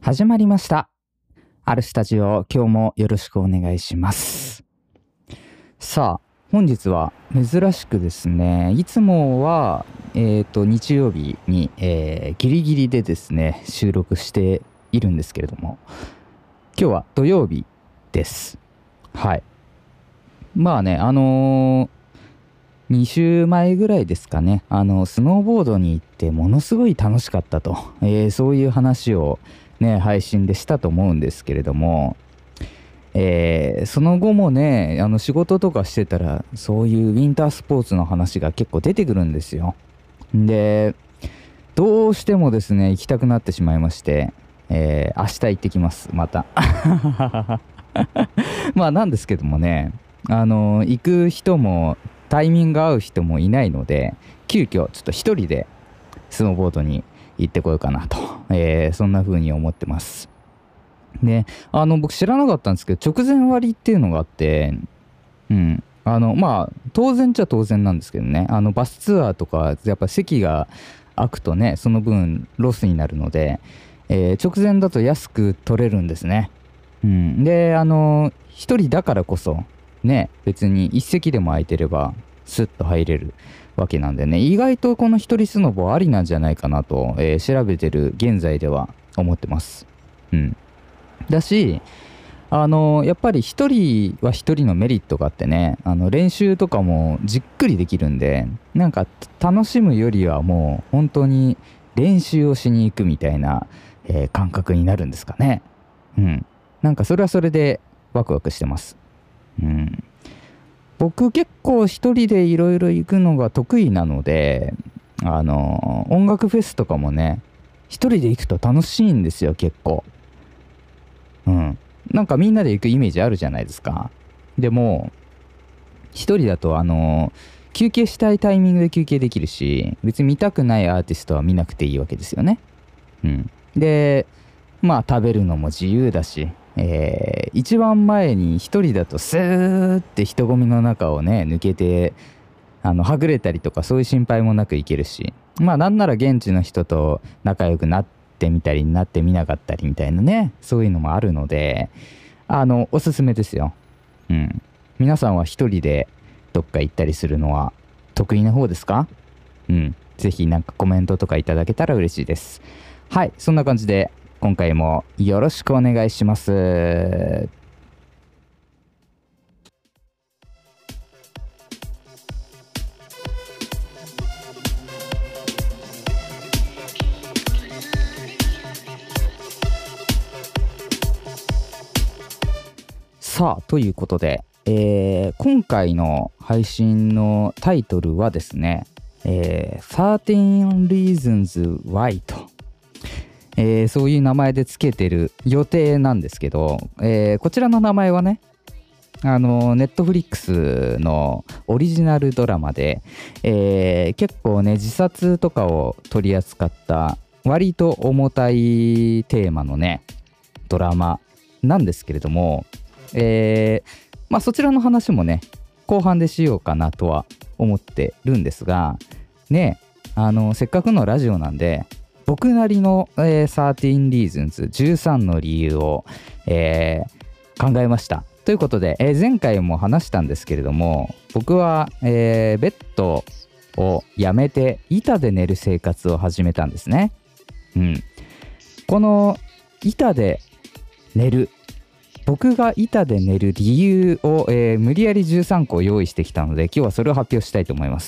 始まりました。あるスタジオ、今日もよろしくお願いします。さあ、本日は珍しくですね、いつもは、日曜日に、ギリギリでですね、収録しているんですけれども、今日は土曜日です。はい。まあね、2週前ぐらいですかね、スノーボードに行ってものすごい楽しかったと、そういう話をね、配信でしたと思うんですけれども、その後もね、仕事とかしてたら、そういうウィンタースポーツの話が結構出てくるんですよ。で、どうしてもですね、行きたくなってしまいまして、明日行ってきます、また。まあなんですけどもね、行く人もタイミング合う人もいないので、急遽ちょっと一人でスノーボードに行ってこようかなと、そんな風に思ってます。で、僕知らなかったんですけど、直前割っていうのがあって、まあ当然っちゃ当然なんですけどね、バスツアーとかやっぱ席が空くとね、その分ロスになるので、直前だと安く取れるんですね。で、一人だからこそね、別に一席でも空いてればスッと入れるわけなんでね、意外とこの一人スノボありなんじゃないかなと、調べてる現在では思ってます。だし、やっぱり一人は一人のメリットがあってね、練習とかもじっくりできるんで、なんか楽しむよりはもう本当に練習をしに行くみたいな、感覚になるんですかね。なんかそれはそれでワクワクしてます。僕結構一人でいろいろ行くのが得意なので、音楽フェスとかもね、一人で行くと楽しいんですよ、結構。なんかみんなで行くイメージあるじゃないですか。でも一人だと休憩したいタイミングで休憩できるし、別に見たくないアーティストは見なくていいわけですよね。で、まあ食べるのも自由だし、一番前に一人だとスーって人混みの中をね抜けてはぐれたりとかそういう心配もなく行けるし、まあなんなら現地の人と仲良くなってみたりなってみなかったりみたいなね、そういうのもあるのでおすすめですよ。皆さんは一人でどっか行ったりするのは得意な方ですか？ぜひなんかコメントとかいただけたら嬉しいです。はい、そんな感じで今回もよろしくお願いします。さあ、ということで、今回の配信のタイトルはですね、13 Reasons Why と、そういう名前でつけてる予定なんですけど、こちらの名前はね、ネットフリックスのオリジナルドラマで、結構ね自殺とかを取り扱った割と重たいテーマのねドラマなんですけれども、まあそちらの話もね後半でしようかなとは思ってるんですがね、せっかくのラジオなんで僕なりの、13 reasons 13の理由を、考えました。ということで、前回も話したんですけれども、僕は、ベッドをやめて板で寝る生活を始めたんですね。この板で寝る、僕が板で寝る理由を、無理やり13個用意してきたので、今日はそれを発表したいと思います。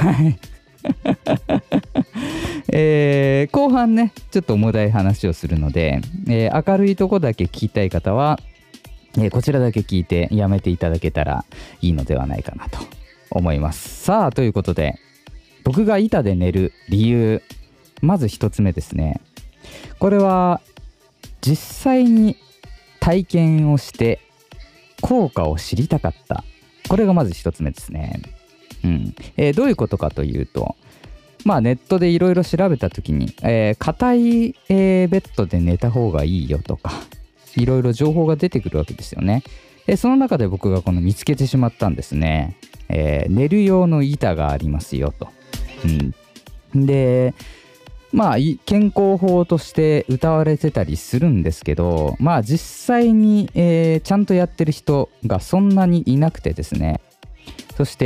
後半ねちょっと重たい話をするので、明るいとこだけ聞きたい方は、こちらだけ聞いてやめていただけたらいいのではないかなと思います。さあ、ということで僕が板で寝る理由、まず一つ目ですね。これは実際に体験をして効果を知りたかった。これがまず一つ目ですね。どういうことかというと、まあネットでいろいろ調べた時に硬い、ベッドで寝た方がいいよとかいろいろ情報が出てくるわけですよね。その中で僕がこの見つけてしまったんですね。寝る用の板がありますよと。でまあ健康法として謳われてたりするんですけど、まあ実際に、ちゃんとやってる人がそんなにいなくてですね、そして、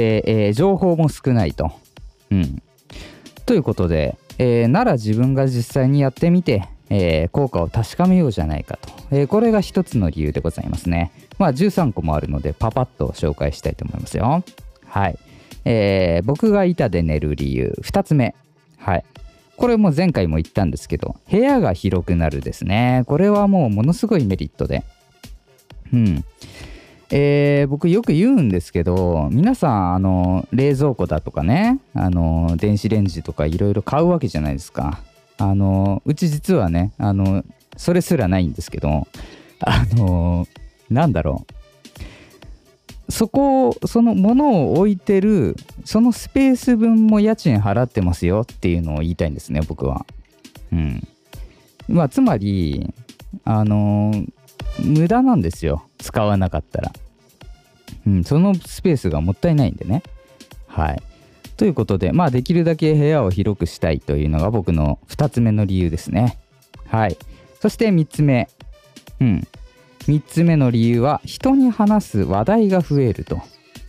情報も少ないと。ということで、なら自分が実際にやってみて、効果を確かめようじゃないかと、これが一つの理由でございますね。まあ13個もあるのでパパッと紹介したいと思いますよ。はい、僕が板で寝る理由2つ目。はい、これも前回も言ったんですけど、部屋が広くなるですね。これはもうものすごいメリットで、僕よく言うんですけど、皆さん冷蔵庫だとかね、電子レンジとかいろいろ買うわけじゃないですか。うち実はね、それすらないんですけど、なんだろう、その物を置いてるそのスペース分も家賃払ってますよっていうのを言いたいんですね、僕は。まあつまり無駄なんですよ、使わなかったら。そのスペースがもったいないんでね。はい。ということで、まあできるだけ部屋を広くしたいというのが僕の2つ目の理由ですね。はい。そして3つ目。3つ目の理由は、人に話す話題が増えると。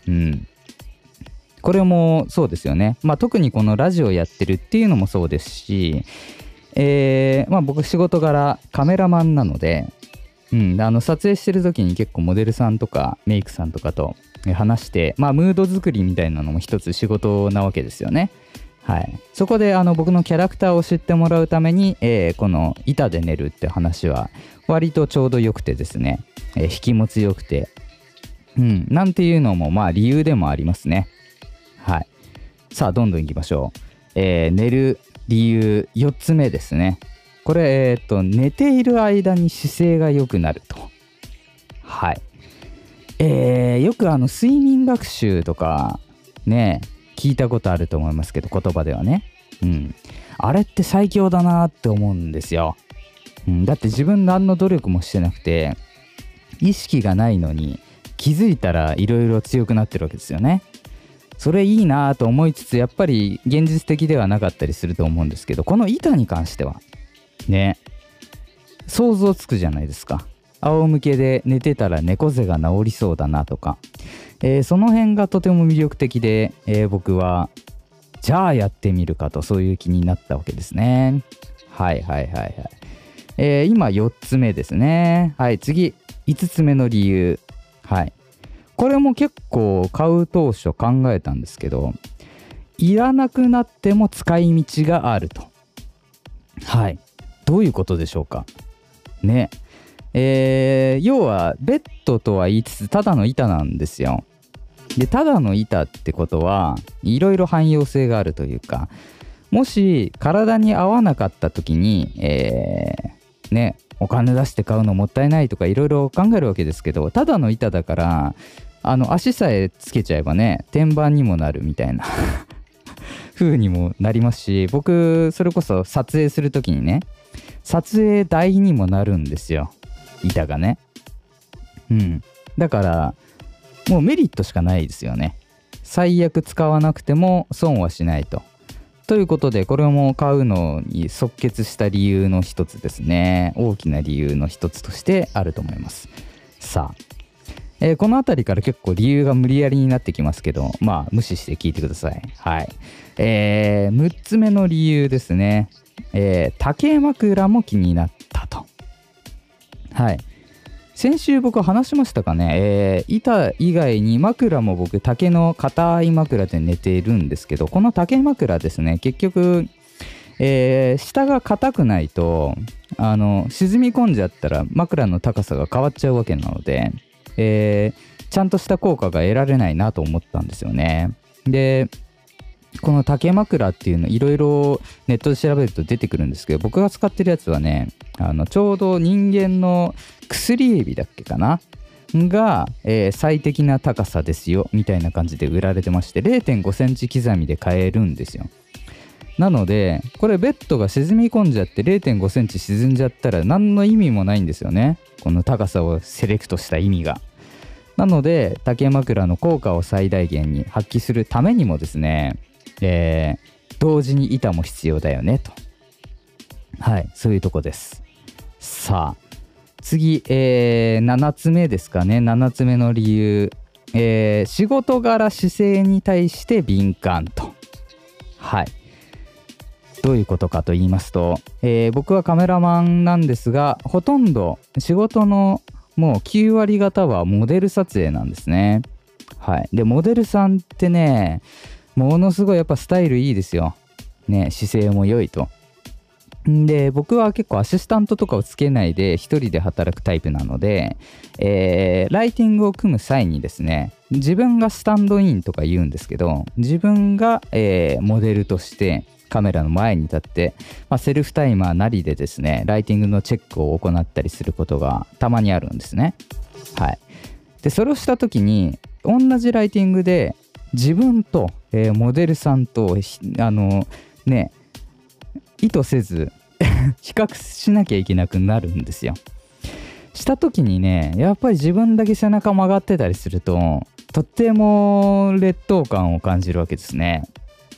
これもそうですよね。まあ特にこのラジオやってるっていうのもそうですし、まあ僕仕事柄カメラマンなので、撮影してる時に結構モデルさんとかメイクさんとかと話して、まあムード作りみたいなのも一つ仕事なわけですよね。はい。そこで僕のキャラクターを知ってもらうために、この板で寝るって話は割とちょうどよくてですね、引きも強くて、なんていうのもまあ理由でもありますね。はい。さあどんどんいきましょう。寝る理由4つ目ですね。これ寝ている間に姿勢が良くなると。はい。よく睡眠学習とかね聞いたことあると思いますけど、言葉ではね、あれって最強だなって思うんですよ。だって自分何の努力もしてなくて、意識がないのに気づいたらいろいろ強くなってるわけですよね。それいいなと思いつつ、やっぱり現実的ではなかったりすると思うんですけど、この板に関してはね、想像つくじゃないですか。仰向けで寝てたら猫背が治りそうだなとか、その辺がとても魅力的で、僕はじゃあやってみるかと、そういう気になったわけですね。はい。今4つ目ですね。はい、次5つ目の理由。はい。これも結構買う当初考えたんですけど、いらなくなっても使い道があると。はい。どういうことでしょうかね。要はベッドとは言いつつただの板なんですよ。で、ただの板ってことはいろいろ汎用性があるというか、もし体に合わなかった時に、お金出して買うのもったいないとかいろいろ考えるわけですけど、ただの板だから足さえつけちゃえばね、天板にもなるみたいな風にもなりますし、僕それこそ撮影する時にね、撮影台にもなるんですよ、板がね。だからもうメリットしかないですよね。最悪使わなくても損はしないと。ということで、これも買うのに即決した理由の一つですね。大きな理由の一つとしてあると思います。さあ、この辺りから結構理由が無理やりになってきますけど、まあ無視して聞いてください。はい。6つ目の理由ですね。竹枕も気になったと。はい。先週僕話しましたかね。板以外に枕も僕竹の硬い枕で寝ているんですけど、この竹枕ですね、結局、下が硬くないと沈み込んじゃったら枕の高さが変わっちゃうわけなので、ちゃんとした効果が得られないなと思ったんですよね。で、この竹枕っていうのいろいろネットで調べると出てくるんですけど、僕が使ってるやつはね、ちょうど人間の薬指だっけかなが、最適な高さですよみたいな感じで売られてまして、 0.5 センチ刻みで買えるんですよ。なのでこれベッドが沈み込んじゃって 0.5 センチ沈んじゃったら何の意味もないんですよね、この高さをセレクトした意味が。なので竹枕の効果を最大限に発揮するためにもですね、同時に板も必要だよねと。 はい、そういうとこです。さあ次、7つ目ですかね。7つ目の理由、仕事柄姿勢に対して敏感と。はい、どういうことかと言いますと、僕はカメラマンなんですが、ほとんど仕事のもう9割方はモデル撮影なんですね。はい、でモデルさんってね、ものすごいやっぱスタイルいいですよね。姿勢も良いと。で僕は結構アシスタントとかをつけないで一人で働くタイプなので、ライティングを組む際にですね、自分がスタンドインとか言うんですけど、自分が、モデルとしてカメラの前に立って、セルフタイマーなりでですね、ライティングのチェックを行ったりすることがたまにあるんですね。はい。でそれをした時に同じライティングで自分と、モデルさんとね意図せず比較しなきゃいけなくなるんですよ。した時にね、やっぱり自分だけ背中曲がってたりすると、とっても劣等感を感じるわけですね。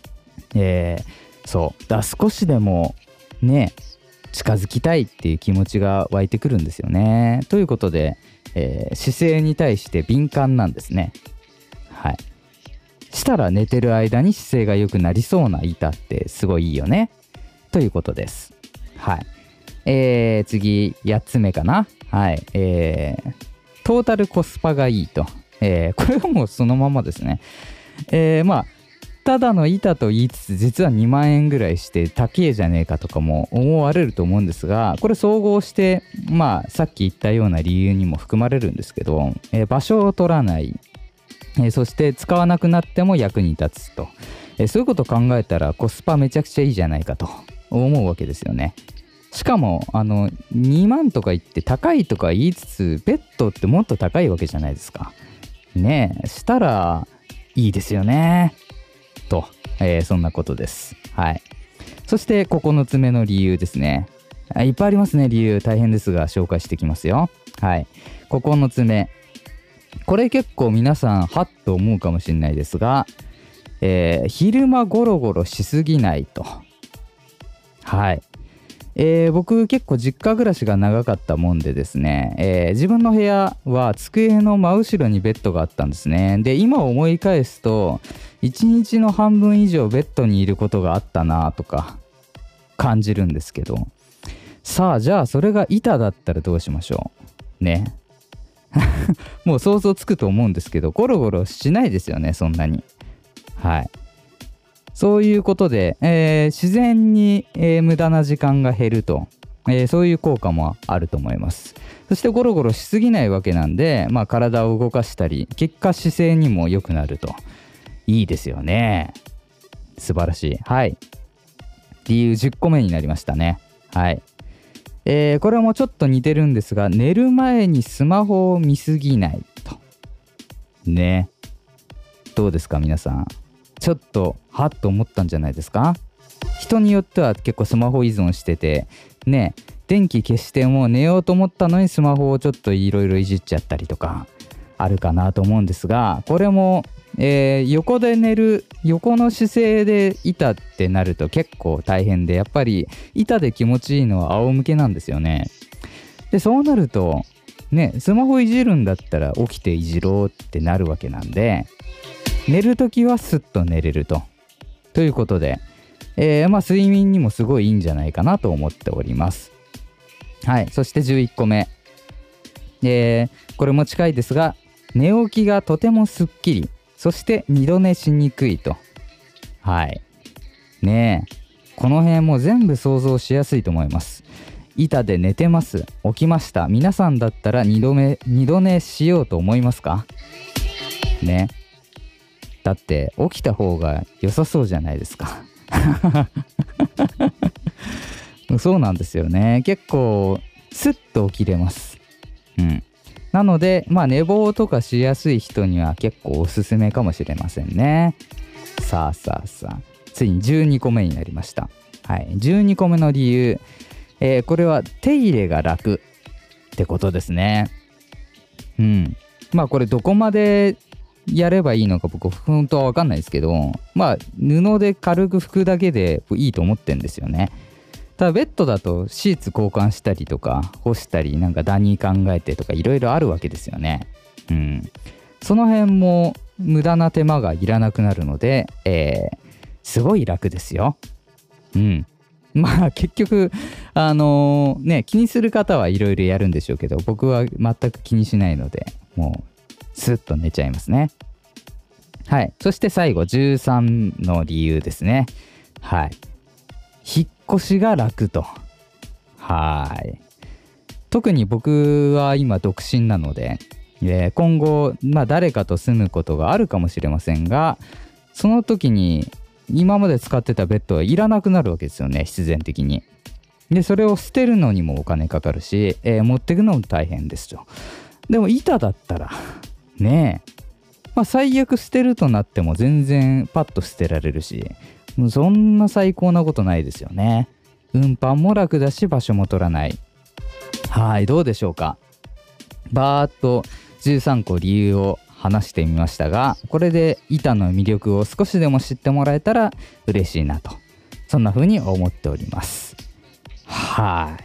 そうだ、少しでもね近づきたいっていう気持ちが湧いてくるんですよね。ということで、姿勢に対して敏感なんですね。はい。したら寝てる間に姿勢が良くなりそうな板ってすごいいいよねということです。はい。次8つ目かな。はい。トータルコスパがいいと。これはもうそのままですね。ただの板と言いつつ実は2万円ぐらいして高えじゃねえかとかも思われると思うんですが、これ総合してさっき言ったような理由にも含まれるんですけど、場所を取らない、そして使わなくなっても役に立つと、そういうことを考えたらコスパめちゃくちゃいいじゃないかと思うわけですよね。しかも2万とか言って高いとか言いつつベッドってもっと高いわけじゃないですかね。したらいいですよねと、そんなことです。はい。そして9つ目の理由ですね。いっぱいありますね。理由大変ですが紹介していきますよ。はい。9つ目、これ結構皆さんはっと思うかもしれないですが、昼間ゴロゴロしすぎないと。はい。僕結構実家暮らしが長かったもんでですね、自分の部屋は机の真後ろにベッドがあったんですね。で今思い返すと1日の半分以上ベッドにいることがあったなとか感じるんですけど、さあじゃあそれが板だったらどうしましょうね。もう想像つくと思うんですけど、ゴロゴロしないですよね、そんなに。はい。そういうことで、自然に、無駄な時間が減ると、そういう効果もあると思います。そしてゴロゴロしすぎないわけなんで、体を動かしたり結果姿勢にも良くなると。いいですよね。素晴らしい。はい。理由10個目になりましたね。はい。これもちょっと似てるんですが、寝る前にスマホを見すぎないと。ね。どうですか皆さん。ちょっとはっと思ったんじゃないですか。人によっては結構スマホ依存しててね、電気消しても寝ようと思ったのにスマホをちょっといろいろいじっちゃったりとかあるかなと思うんですが、これも、横で寝る横の姿勢で板ってなると結構大変で、やっぱり板で気持ちいいのは仰向けなんですよね。でそうなるとね、スマホいじるんだったら起きていじろうってなるわけなんで、寝るときはスッと寝れるということで、睡眠にもすごいいいんじゃないかなと思っております。はい。そして11個目、これも近いですが、寝起きがとてもすっきり、そして二度寝しにくいと。はいねえ、この辺も全部想像しやすいと思います。板で寝てます、起きました。皆さんだったら二度寝しようと思いますかね。だって起きた方が良さそうじゃないですか。そうなんですよね。結構スッと起きれます。なので寝坊とかしやすい人には結構おすすめかもしれませんね。さあついに12個目になりました。はい。12個目の理由、これは手入れが楽ってことですね。これどこまでやればいいのか僕本当は分かんないですけど、布で軽く拭くだけでいいと思ってんですよね。 ただベッドだとシーツ交換したりとか干したりなんかダニー考えてとかいろいろあるわけですよね。その辺も無駄な手間がいらなくなるので、すごい楽ですよ。まあ結局気にする方はいろいろやるんでしょうけど、僕は全く気にしないのでもうスッと寝ちゃいますね。はい。そして最後13の理由ですね。はい。引っ越しが楽と。はい。特に僕は今独身なので、今後誰かと住むことがあるかもしれませんが、その時に今まで使ってたベッドはいらなくなるわけですよね、必然的に。でそれを捨てるのにもお金かかるし、持ってくのも大変ですと。でも板だったらねえ、最悪捨てるとなっても全然パッと捨てられるし、もうそんな最高なことないですよね。運搬も楽だし場所も取らない。はい、どうでしょうか。バーっと13個理由を話してみましたが、これで板の魅力を少しでも知ってもらえたら嬉しいなと、そんな風に思っております。はい。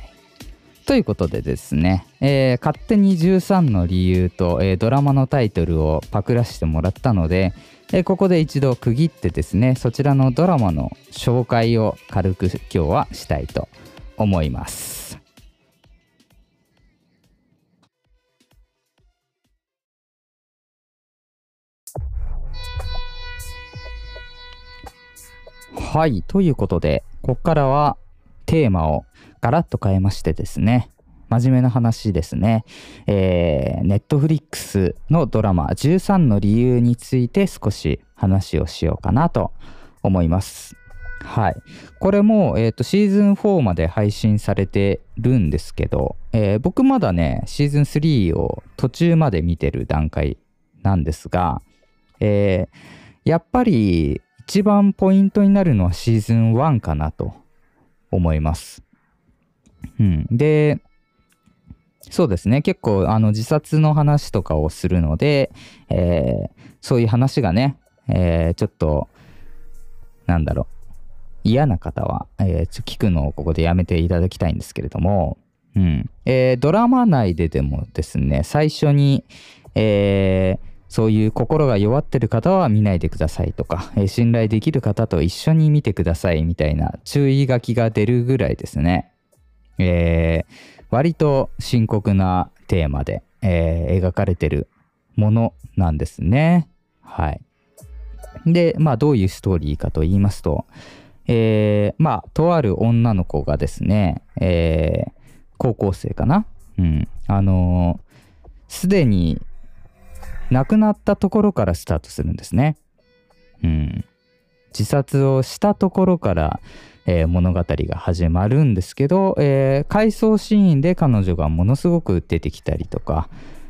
ということでですね、勝手に13の理由と、ドラマのタイトルをパクらせてもらったので、ここで一度区切ってですね、そちらのドラマの紹介を軽く今日はしたいと思います。はい、ということでここからはテーマをガラッと変えましてですね、真面目な話ですね。Netflix のドラマ13の理由について少し話をしようかなと思います。はい。これも、シーズン4まで配信されてるんですけど、僕まだね、シーズン3を途中まで見てる段階なんですが、やっぱり一番ポイントになるのはシーズン1かなと思います。で、そうですね、結構自殺の話とかをするので、そういう話がね、ちょっと嫌な方は、聞くのをここでやめていただきたいんですけれども、ドラマ内ででもですね、最初に、そういう心が弱ってる方は見ないでくださいとか、信頼できる方と一緒に見てくださいみたいな注意書きが出るぐらいですね、割と深刻なテーマで、描かれてるものなんですね。はい。で、どういうストーリーかと言いますと、とある女の子がですね、高校生かな、すでに亡くなったところからスタートするんですね。自殺をしたところから、物語が始まるんですけど、回想シーンで彼女がものすごく出てきたりとか、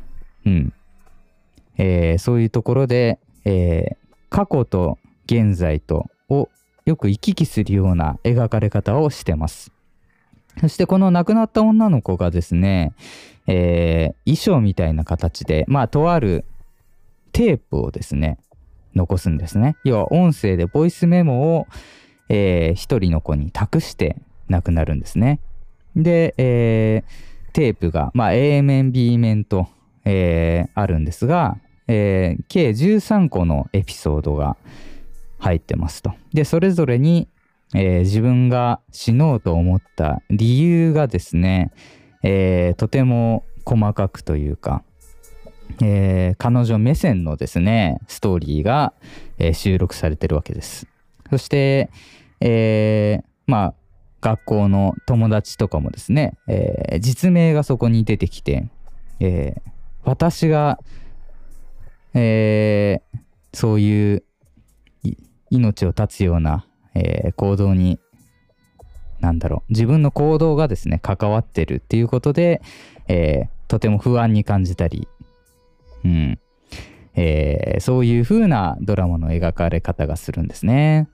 そういうところで、過去と現在とをよく行き来するような描かれ方をしてます。そしてこの亡くなった女の子がですね、遺書みたいな形でとあるテープをですね残すんですね。要は音声でボイスメモを、一人の子に託して亡くなるんですね。で、テープが、A 面 B 面と、あるんですが、計13個のエピソードが入ってますと。でそれぞれに、自分が死のうと思った理由がですね、とても細かくというか、彼女目線のですねストーリーが、収録されてるわけです。そして、学校の友達とかもですね、実名がそこに出てきて、私が、そういう命を絶つような、行動に自分の行動がですね関わってるっていうことで、とても不安に感じたり、そういう風なドラマの描かれ方がするんですね。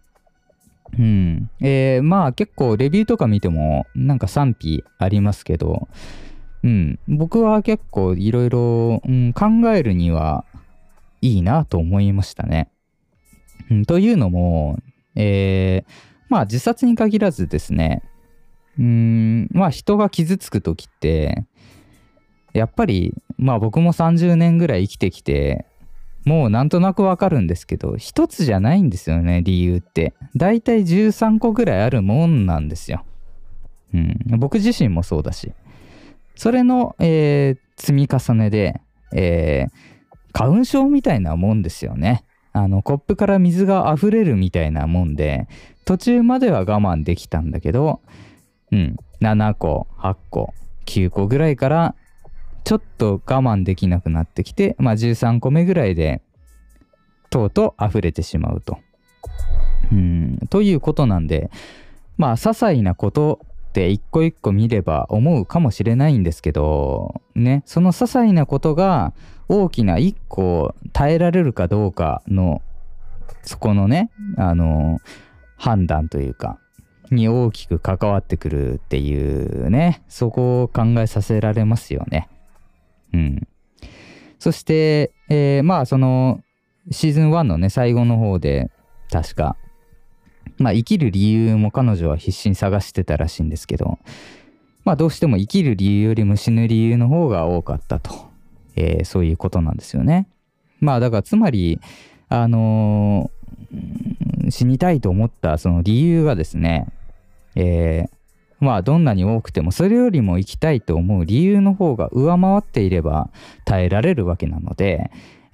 結構レビューとか見ても賛否ありますけど、僕は結構いろいろ考えるにはいいなと思いましたね。というのも、自殺に限らずですね、 まあ人が傷つく時って、やっぱり、まあ僕も30年ぐらい生きてきて、もうなんとなくわかるんですけど、一つじゃないんですよね、理由って。だいたい13個ぐらいあるもんなんですよ。僕自身もそうだし。それの、積み重ねで、花粉症みたいなもんですよね。コップから水が溢れるみたいなもんで、途中までは我慢できたんだけど、7個、8個、9個ぐらいから、ちょっと我慢できなくなってきて、まあ13個目ぐらいで、とうとう溢れてしまうと。ということなんで、まあ、些細なことって一個一個見れば思うかもしれないんですけど、ね、その些細なことが大きな一個耐えられるかどうかの、そこのね、判断というか、に大きく関わってくるっていうね、そこを考えさせられますよね。そして、まあ、その、シーズン1のね、最後の方で、確か、まあ生きる理由も彼女は必死に探してたらしいんですけど、まあどうしても生きる理由よりも死ぬ理由の方が多かったと、そういうことなんですよね。まあだからつまり、死にたいと思ったその理由がですね、まあどんなに多くてもそれよりも生きたいと思う理由の方が上回っていれば耐えられるわけなので、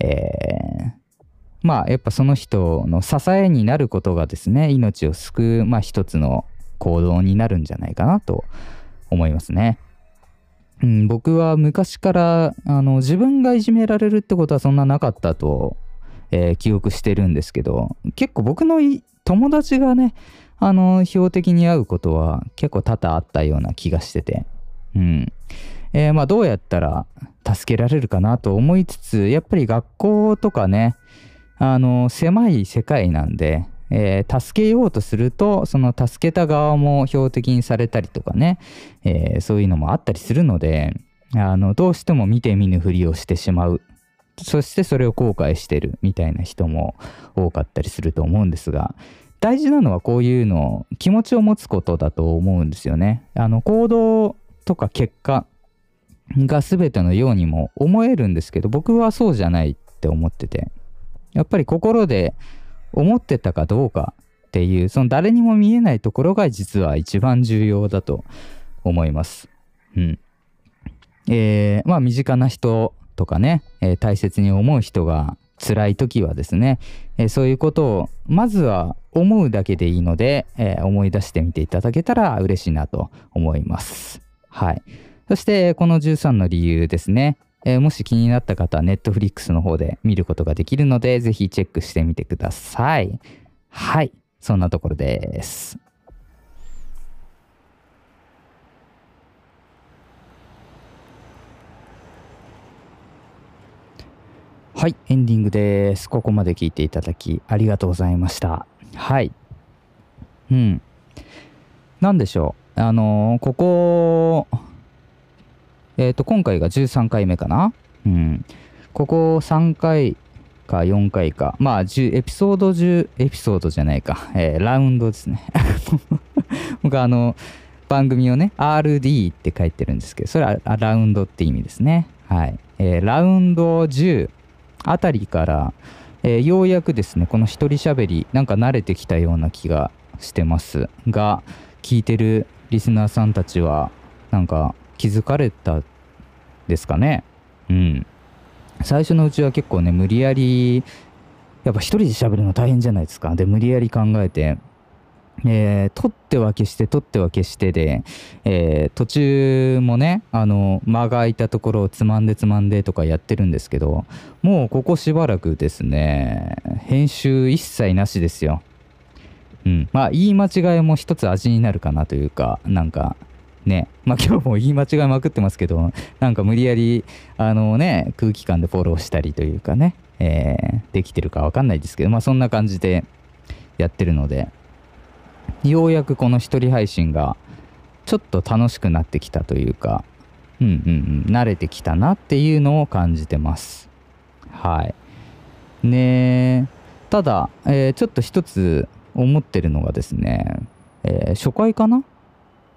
まあやっぱその人の支えになることがですね、命を救う、まあ一つの行動になるんじゃないかなと思いますね。僕は昔から自分がいじめられるってことはそんななかったと、記憶してるんですけど、結構僕の友達がね、標的に遭うことは結構多々あったような気がしてて、まあどうやったら助けられるかなと思いつつ、やっぱり学校とかね、狭い世界なんで、助けようとするとその助けた側も標的にされたりとかね、そういうのもあったりするので、どうしても見て見ぬふりをしてしまう、そしてそれを後悔してるみたいな人も多かったりすると思うんですが、大事なのはこういうの気持ちを持つことだと思うんですよね。行動とか結果が全てのようにも思えるんですけど、僕はそうじゃないって思ってて、やっぱり心で思ってたかどうかっていう、その誰にも見えないところが実は一番重要だと思います。まあ身近な人とかね、大切に思う人が辛い時はですね、そういうことをまずは思うだけでいいので、思い出してみていただけたら嬉しいなと思います。はい。そしてこの13の理由ですね。もし気になった方は Netflix の方で見ることができるので、ぜひチェックしてみてください。はい。そんなところです。はい、エンディングです。ここまで聞いていただきありがとうございました。はい。なんでしょう。ここ、今回が13回目かな。ここ3回か4回か。まあ、エピソード10、エピソードじゃないか。ラウンドですね。僕番組をね、RD って書いてるんですけど、それはラウンドって意味ですね。はい。ラウンド10あたりから、ようやくですね、この一人喋り、なんか慣れてきたような気がしてますが、聞いてるリスナーさんたちは、なんか気づかれたですかね。最初のうちは結構ね、無理やり、やっぱ一人で喋るの大変じゃないですか。で、無理やり考えて、取っては消して取っては消してで、途中もね間が空いたところをつまんでつまんでとかやってるんですけど、もうここしばらくですね、編集一切なしですよ。まあ言い間違いも一つ味になるかなというか、なんかね、まあ今日も言い間違いまくってますけど、なんか無理やり空気感でフォローしたりというかね、できてるかわかんないですけど、まあそんな感じでやってるので、ようやくこの一人配信がちょっと楽しくなってきたというか、慣れてきたなっていうのを感じてます。はいね。ただ、ちょっと一つ思ってるのがですね、初回かな、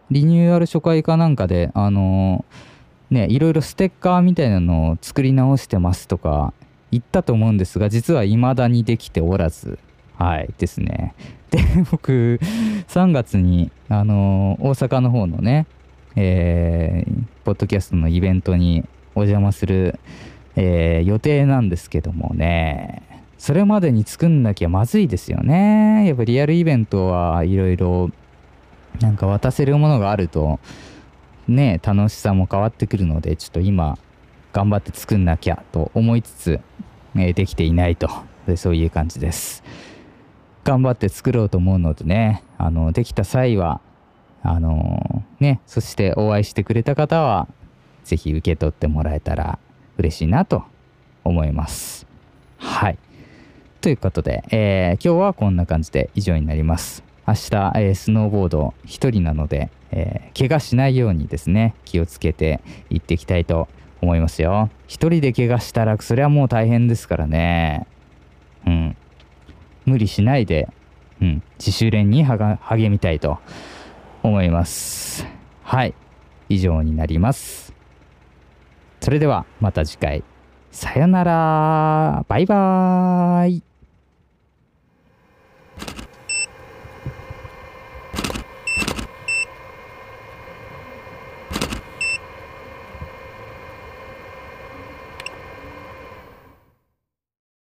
リニューアル初回かなんかでいろいろステッカーみたいなのを作り直してますとか言ったと思うんですが、実は未だにできておらず、はいですね。で、僕3月に大阪の方のね、ポッドキャストのイベントにお邪魔する、予定なんですけどもね、それまでに作んなきゃまずいですよね。やっぱリアルイベントはいろいろなんか渡せるものがあるとね、楽しさも変わってくるので、ちょっと今頑張って作んなきゃと思いつつ、できていないと。で、そういう感じです。頑張って作ろうと思うのでね、できた際はそしてお会いしてくれた方はぜひ受け取ってもらえたら嬉しいなと思います。はい、ということで、今日はこんな感じで以上になります。明日、スノーボード一人なので、怪我しないようにですね、気をつけて行っていきたいと思いますよ。一人で怪我したらそれはもう大変ですからね。無理しないで、自主練に励みたいと思います。はい、以上になります。それではまた次回。さよなら。バイバーイ。